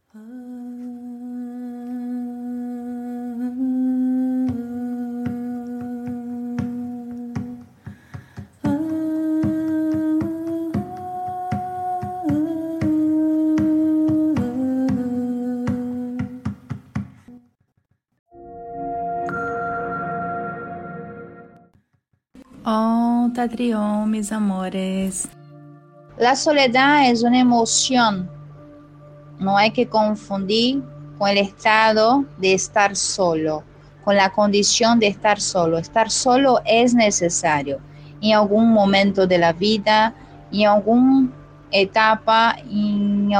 Oh, Tatrión, mis amores. La soledad es una emoción. No hay que confundir con el estado de estar solo, con la condición de estar solo. Estar solo es necesario en algún momento de la vida, en alguna etapa, en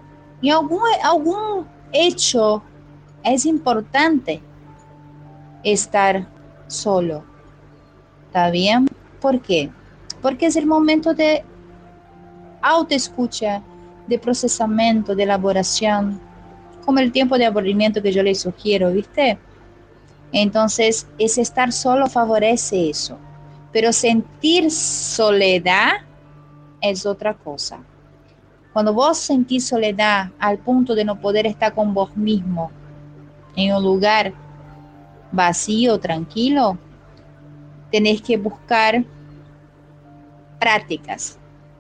algún hecho. Es importante estar solo. ¿Está bien? ¿Por qué? Porque es el momento de autoescucha, de procesamiento, de elaboración, como el tiempo de aburrimiento que yo les sugiero, ¿viste? Entonces, ese estar solo favorece eso, pero sentir soledad es otra cosa. Cuando vos sentís soledad al punto de no poder estar con vos mismo en un lugar vacío, tranquilo, tenés que buscar prácticas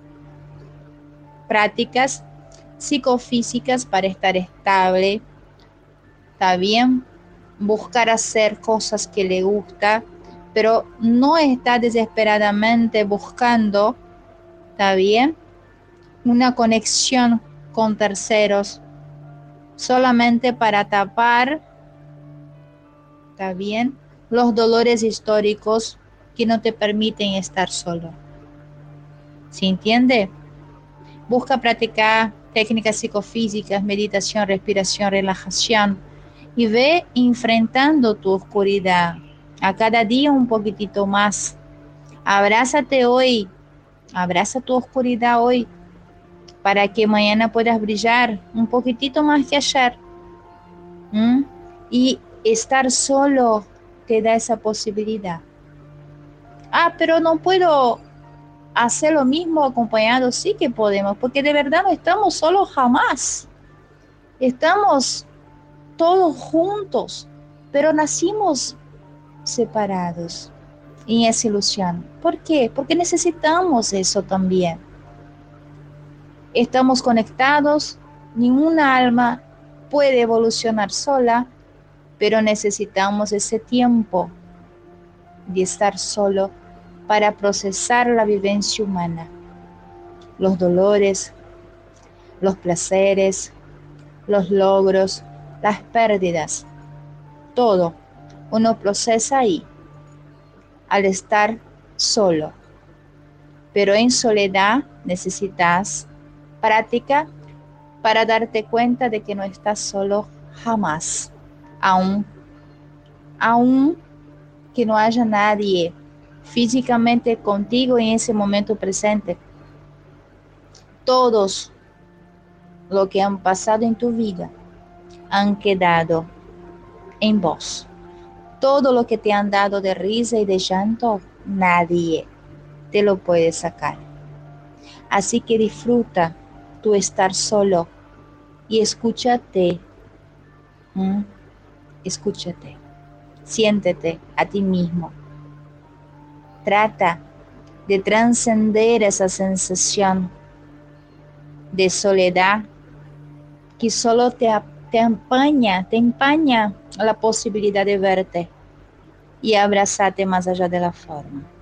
psicofísicas para estar estable. ¿Está bien? Buscar hacer cosas que le gusta, pero no está desesperadamente buscando, ¿está bien? Una conexión con terceros solamente para tapar, ¿está bien? Los dolores históricos que no te permiten estar solo. ¿Se entiende? Busca practicar técnicas psicofísicas, meditación, respiración, relajación y ve enfrentando tu oscuridad a cada día un poquitito más. Abrázate hoy, abraza tu oscuridad hoy para que mañana puedas brillar un poquitito más que ayer. Y estar solo te da esa posibilidad. Pero no puedo hacer lo mismo acompañado. Sí que podemos, porque de verdad no estamos solos jamás. Estamos todos juntos, pero nacimos separados en esa ilusión. ¿Por qué? Porque necesitamos eso también. Estamos conectados, ninguna alma puede evolucionar sola, pero necesitamos ese tiempo de estar solo para procesar la vivencia humana, los dolores, los placeres, los logros, las pérdidas, todo uno procesa ahí, al estar solo. Pero en soledad necesitas práctica para darte cuenta de que no estás solo jamás, aún que no haya nadie físicamente contigo en ese momento presente. Todos los que han pasado en tu vida han quedado en vos. Todo lo que te han dado de risa y de llanto, nadie te lo puede sacar. Así que disfruta tu estar solo y escúchate. Escúchate. Siéntete a ti mismo. Trata de trascender esa sensación de soledad que solo te empaña la posibilidad de verte y abrazarte más allá de la forma.